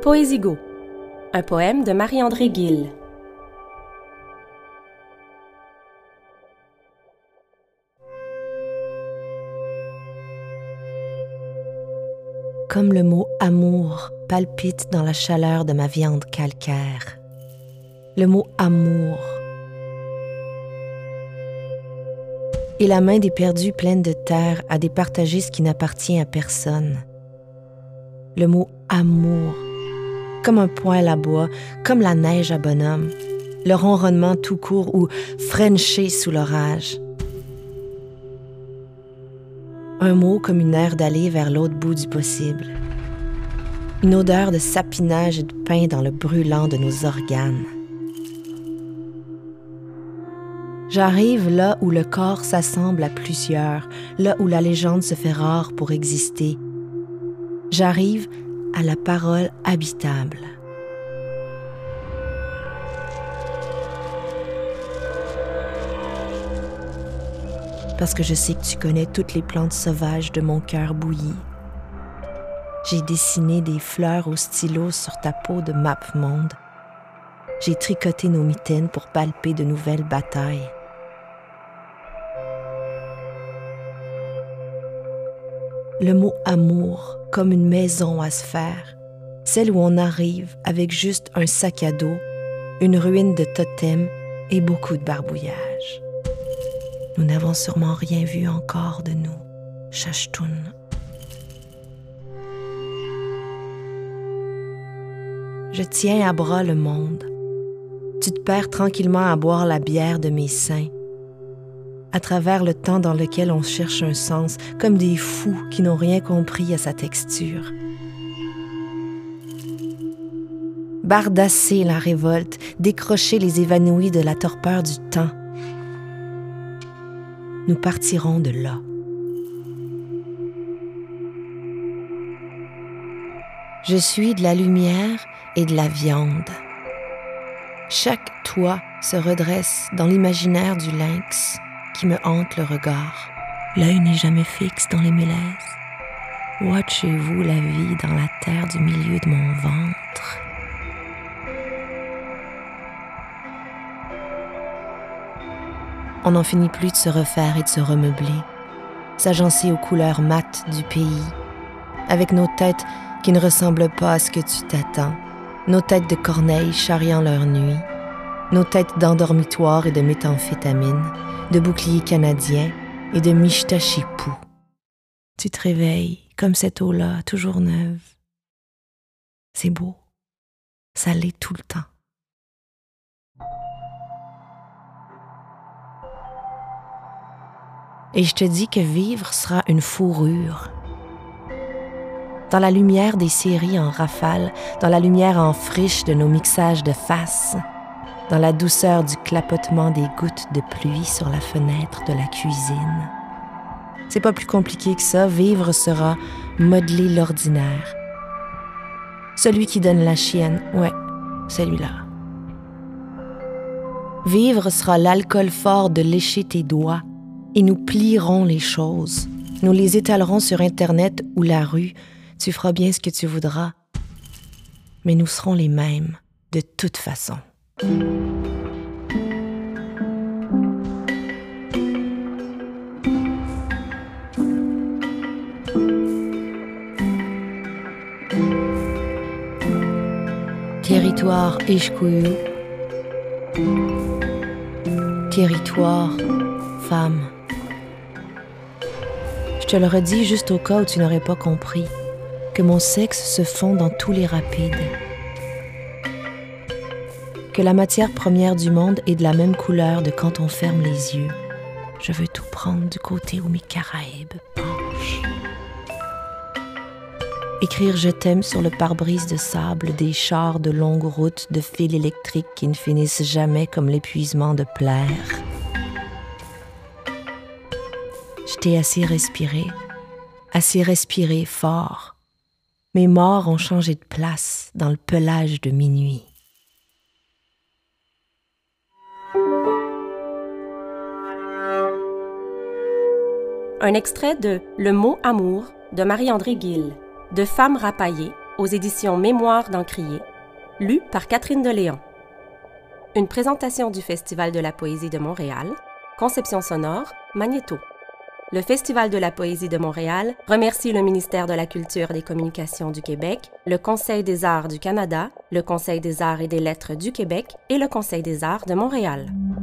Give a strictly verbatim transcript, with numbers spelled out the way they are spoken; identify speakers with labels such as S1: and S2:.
S1: Poésigo, un poème de Marie-André Gill.
S2: Comme le mot « amour » palpite dans la chaleur de ma viande calcaire. Le mot « amour ». Et la main des perdus pleine de terre à départager ce qui n'appartient à personne. Le mot « amour », comme un poêle à bois, comme la neige à bonhomme, le ronronnement tout court ou frenché sous l'orage. Un mot comme une aire d'aller vers l'autre bout du possible. Une odeur de sapinage et de pain dans le brûlant de nos organes. J'arrive là où le corps s'assemble à plusieurs, là où la légende se fait rare pour exister. J'arrive à la parole habitable. Parce que je sais que tu connais toutes les plantes sauvages de mon cœur bouilli. J'ai dessiné des fleurs au stylo sur ta peau de map-monde. J'ai tricoté nos mitaines pour palper de nouvelles batailles. Le mot « amour » comme une maison à se faire, celle où on arrive avec juste un sac à dos, une ruine de totem et beaucoup de barbouillage. Nous n'avons sûrement rien vu encore de nous, Chachtoun. Je tiens à bras le monde. Tu te perds tranquillement à boire la bière de mes seins, à travers le temps dans lequel on cherche un sens, comme des fous qui n'ont rien compris à sa texture. Bardasser la révolte, décrocher les évanouis de la torpeur du temps. Nous partirons de là. Je suis de la lumière et de la viande. Chaque toit se redresse dans l'imaginaire du lynx qui me hante le regard. L'œil n'est jamais fixe dans les mélèzes. Watchez-vous la vie dans la terre du milieu de mon ventre. On n'en finit plus de se refaire et de se remeubler, s'agencer aux couleurs mates du pays, avec nos têtes qui ne ressemblent pas à ce que tu t'attends, nos têtes de corneilles charriant leur nuit, nos têtes d'endormitoires et de méthamphétamine, de boucliers canadiens et de michtachipou. Tu te réveilles comme cette eau-là, toujours neuve. C'est beau, ça l'est tout le temps. Et je te dis que vivre sera une fourrure. Dans la lumière des séries en rafale, dans la lumière en friche de nos mixages de faces, dans la douceur du clapotement des gouttes de pluie sur la fenêtre de la cuisine. C'est pas plus compliqué que ça, vivre sera modeler l'ordinaire. Celui qui donne la chienne, ouais, celui-là. Vivre sera l'alcool fort de lécher tes doigts, et nous plierons les choses. Nous les étalerons sur Internet ou la rue. Tu feras bien ce que tu voudras. Mais nous serons les mêmes, de toute façon. Territoire Ishkuyu. Territoire femme. Je te le redis juste au cas où tu n'aurais pas compris, que mon sexe se fond dans tous les rapides, que la matière première du monde est de la même couleur de quand on ferme les yeux. Je veux tout prendre du côté où mes Caraïbes penchent. Écrire « je t'aime » sur le pare-brise de sable des chars de longues routes de fils électriques qui ne finissent jamais comme l'épuisement de plaire. Je t'ai assez respiré, assez respiré fort. Mes morts ont changé de place dans le pelage de minuit.
S1: Un extrait de Le mot amour de Marie-André Gill, de Femme rapaillée, aux éditions Mémoire d'Encrier, lu par Catherine Deléon. Une présentation du Festival de la poésie de Montréal, conception sonore, Magnéto. Le Festival de la poésie de Montréal remercie le ministère de la Culture et des Communications du Québec, le Conseil des arts du Canada, le Conseil des arts et des lettres du Québec et le Conseil des arts de Montréal.